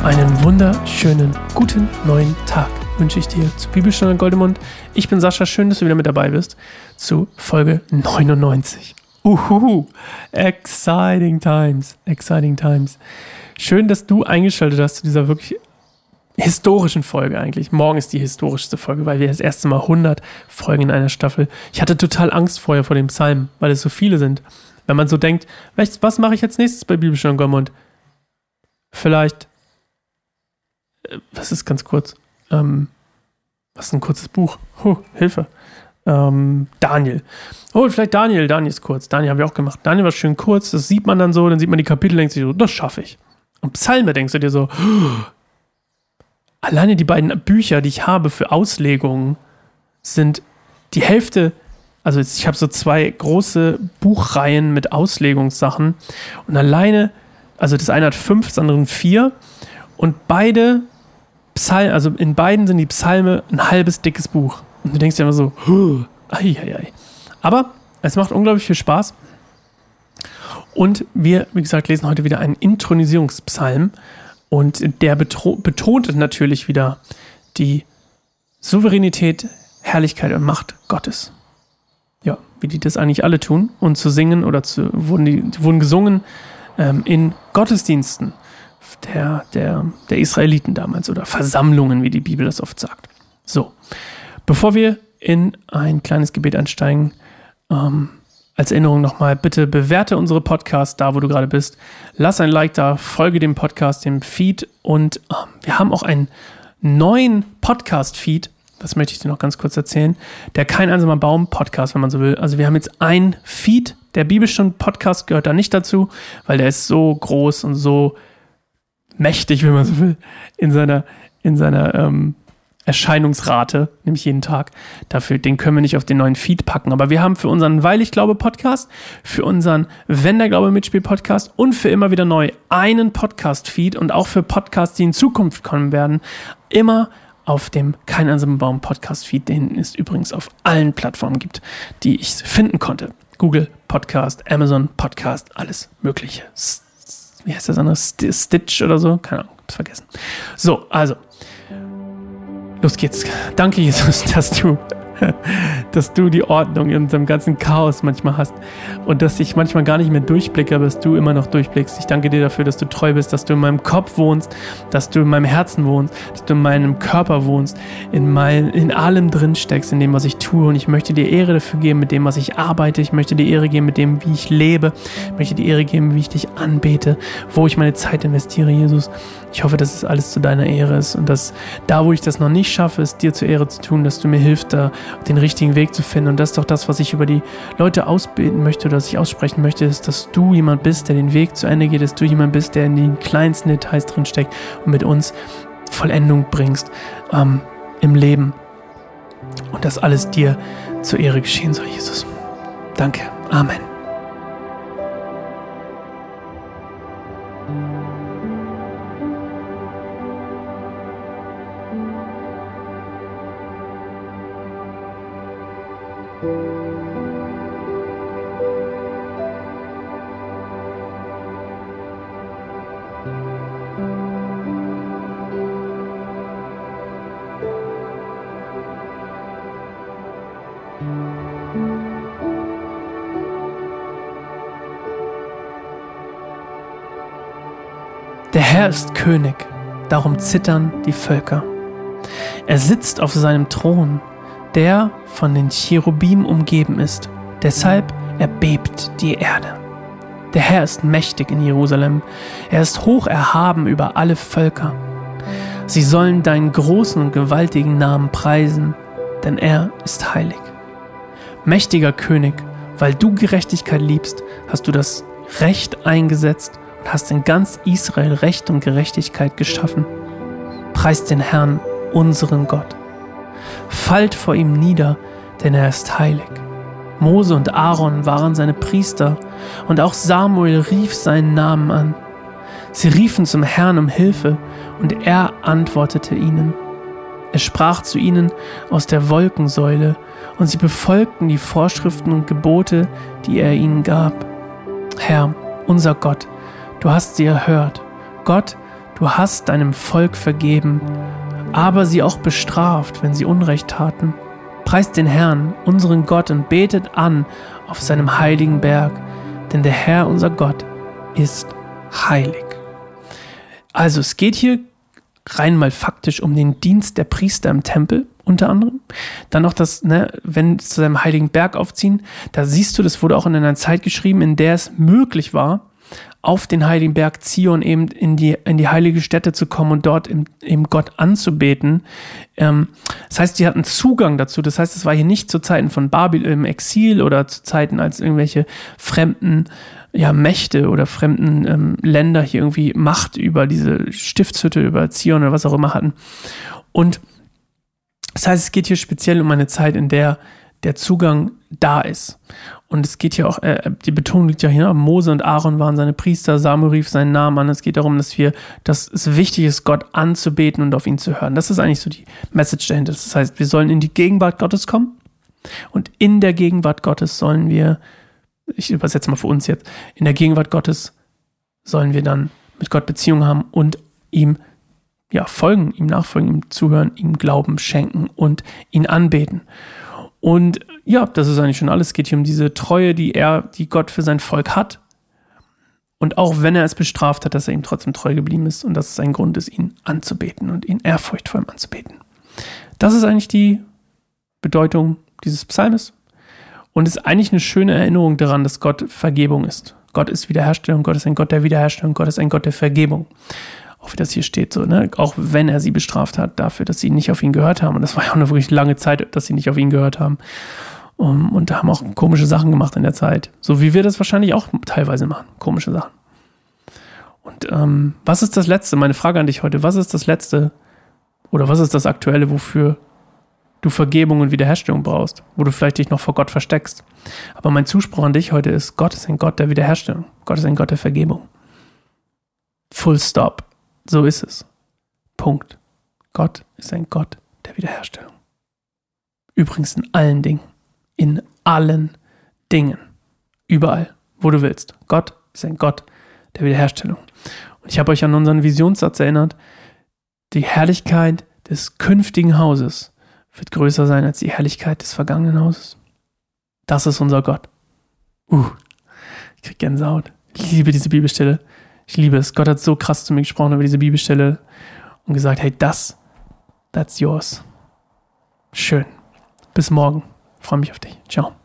Einen wunderschönen, guten neuen Tag wünsche ich dir zu Bibelstunde Goldemund. Ich bin Sascha, schön, dass du wieder mit dabei bist zu Folge 99. Exciting times, exciting times. Schön, dass du eingeschaltet hast zu dieser wirklich historischen Folge eigentlich. Morgen ist die historischste Folge, weil wir das erste Mal 100 Folgen in einer Staffel. Ich hatte total Angst vorher vor dem Psalm, weil es so viele sind. Wenn man so denkt, was mache ich jetzt nächstes bei Bibelstunde Goldemund? Vielleicht, was ist ganz kurz? Was ist ein kurzes Buch? Hilfe. Daniel. Vielleicht Daniel. Daniel ist kurz. Daniel haben wir auch gemacht. Daniel war schön kurz. Das sieht man dann so. Dann sieht man die Kapitel, denkt sich so, das schaffe ich. Und Psalme denkst du dir so, alleine die beiden Bücher, die ich habe für Auslegungen, sind die Hälfte. Also ich habe so 2 große Buchreihen mit Auslegungssachen. Und alleine, also das eine hat 5, das andere 4. Und beide Psalmen, also in beiden sind die Psalme ein halbes dickes Buch. Und du denkst dir immer so, ei. Aber es macht unglaublich viel Spaß. Und wir, wie gesagt, lesen heute wieder einen Intronisierungspsalm. Und der betont natürlich wieder die Souveränität, Herrlichkeit und Macht Gottes. Ja, wie die das eigentlich alle tun. Und zu singen oder wurden gesungen in Gottesdiensten der Israeliten damals oder Versammlungen, wie die Bibel das oft sagt. So, bevor wir in ein kleines Gebet einsteigen, als Erinnerung nochmal, bitte bewerte unsere Podcasts da, wo du gerade bist. Lass ein Like da, folge dem Podcast, dem Feed und wir haben auch einen neuen Podcast-Feed, das möchte ich dir noch ganz kurz erzählen, der Kein einsamer Baum Podcast, wenn man so will. Also wir haben jetzt einen Feed, der Bibelstunde-Podcast gehört da nicht dazu, weil der ist so groß und so mächtig, wenn man so will, in seiner Erscheinungsrate, nämlich jeden Tag. Den können wir nicht auf den neuen Feed packen. Aber wir haben für unseren Weil ich glaube Podcast, für unseren Wenn der Glaube mitspielt Podcast und für immer wieder neu einen Podcast-Feed und auch für Podcasts, die in Zukunft kommen werden, immer auf dem Kein einsamer Baum Podcast-Feed, den es übrigens auf allen Plattformen gibt, die ich finden konnte. Google Podcast, Amazon Podcast, alles Mögliche. Wie heißt das andere? Stitch oder so? Keine Ahnung, hab's vergessen. So, also, los geht's. Danke, Jesus, dass du die Ordnung in unserem ganzen Chaos manchmal hast und dass ich manchmal gar nicht mehr durchblicke, aber dass du immer noch durchblickst. Ich danke dir dafür, dass du treu bist, dass du in meinem Kopf wohnst, dass du in meinem Herzen wohnst, dass du in meinem Körper wohnst, in allem drin steckst, in dem, was ich tue. Und ich möchte dir Ehre dafür geben, mit dem, was ich arbeite. Ich möchte dir Ehre geben, mit dem, wie ich lebe. Ich möchte dir Ehre geben, wie ich dich anbete, wo ich meine Zeit investiere, Jesus. Ich hoffe, dass es alles zu deiner Ehre ist und dass da, wo ich das noch nicht schaffe, es dir zur Ehre zu tun, dass du mir hilfst, da den richtigen Weg zu finden. Und das ist doch das, was ich über die Leute ausbeten möchte oder was ich aussprechen möchte, ist, dass du jemand bist, der den Weg zu Ende geht, dass du jemand bist, der in den kleinsten Details drinsteckt und mit uns Vollendung bringst im Leben. Und dass alles dir zur Ehre geschehen soll, Jesus. Danke. Amen. Der Herr ist König, darum zittern die Völker. Er sitzt auf seinem Thron, der von den Cherubim umgeben ist. Deshalb erbebt die Erde. Der Herr ist mächtig in Jerusalem. Er ist hoch erhaben über alle Völker. Sie sollen deinen großen und gewaltigen Namen preisen, denn er ist heilig. Mächtiger König, weil du Gerechtigkeit liebst, hast du das Recht eingesetzt und hast in ganz Israel Recht und Gerechtigkeit geschaffen. Preist den Herrn, unseren Gott. Fallt vor ihm nieder, denn er ist heilig. Mose und Aaron waren seine Priester und auch Samuel rief seinen Namen an. Sie riefen zum Herrn um Hilfe und er antwortete ihnen. Er sprach zu ihnen aus der Wolkensäule und sie befolgten die Vorschriften und Gebote, die er ihnen gab. Herr, unser Gott, du hast sie erhört. Gott, Du hast deinem Volk vergeben, aber sie auch bestraft, wenn sie Unrecht taten. Preist den Herrn, unseren Gott, und betet an auf seinem heiligen Berg, denn der Herr, unser Gott, ist heilig. Also es geht hier rein mal faktisch um den Dienst der Priester im Tempel, unter anderem. Dann noch das, wenn sie zu seinem heiligen Berg aufziehen, da siehst du, das wurde auch in einer Zeit geschrieben, in der es möglich war, auf den heiligen Berg Zion eben in die heilige Stätte zu kommen und dort eben Gott anzubeten. Das heißt, die hatten Zugang dazu. Das heißt, es war hier nicht zu Zeiten von Babel im Exil oder zu Zeiten, als irgendwelche fremden Mächte oder fremden Länder hier irgendwie Macht über diese Stiftshütte, über Zion oder was auch immer hatten. Und das heißt, es geht hier speziell um eine Zeit, in der der Zugang da ist. Und es geht hier auch, die Betonung liegt ja hier, Mose und Aaron waren seine Priester, Samuel rief seinen Namen an. Es geht darum, dass es wichtig ist, Gott anzubeten und auf ihn zu hören. Das ist eigentlich so die Message dahinter. Das heißt, wir sollen in die Gegenwart Gottes kommen und in der Gegenwart Gottes sollen wir, ich übersetze mal für uns jetzt, in der Gegenwart Gottes sollen wir dann mit Gott Beziehung haben und ihm folgen, ihm nachfolgen, ihm zuhören, ihm Glauben schenken und ihn anbeten. Und das ist eigentlich schon alles. Es geht hier um diese Treue, die Gott für sein Volk hat. Und auch wenn er es bestraft hat, dass er ihm trotzdem treu geblieben ist und dass es ein Grund ist, ihn anzubeten und ihn ehrfurchtvoll anzubeten. Das ist eigentlich die Bedeutung dieses Psalmes. Und es ist eigentlich eine schöne Erinnerung daran, dass Gott Vergebung ist. Gott ist Wiederherstellung, Gott ist ein Gott der Wiederherstellung, Gott ist ein Gott der Vergebung. Auch wie das hier steht, so, auch wenn er sie bestraft hat dafür, dass sie nicht auf ihn gehört haben. Und das war ja auch eine wirklich lange Zeit, dass sie nicht auf ihn gehört haben. Und haben auch komische Sachen gemacht in der Zeit. So wie wir das wahrscheinlich auch teilweise machen. Komische Sachen. Und was ist das Letzte? Meine Frage an dich heute. Was ist das Letzte oder was ist das Aktuelle, wofür du Vergebung und Wiederherstellung brauchst? Wo du vielleicht dich noch vor Gott versteckst. Aber mein Zuspruch an dich heute ist, Gott ist ein Gott der Wiederherstellung. Gott ist ein Gott der Vergebung. Full stop. So ist es. Punkt. Gott ist ein Gott der Wiederherstellung. Übrigens in allen Dingen. In allen Dingen. Überall, wo du willst. Gott ist ein Gott der Wiederherstellung. Und ich habe euch an unseren Visionssatz erinnert, die Herrlichkeit des künftigen Hauses wird größer sein als die Herrlichkeit des vergangenen Hauses. Das ist unser Gott. Ich kriege Gänsehaut. Ich liebe diese Bibelstelle. Ich liebe es. Gott hat so krass zu mir gesprochen über diese Bibelstelle und gesagt, hey, that's yours. Schön. Bis morgen. Ich freue mich auf dich. Ciao.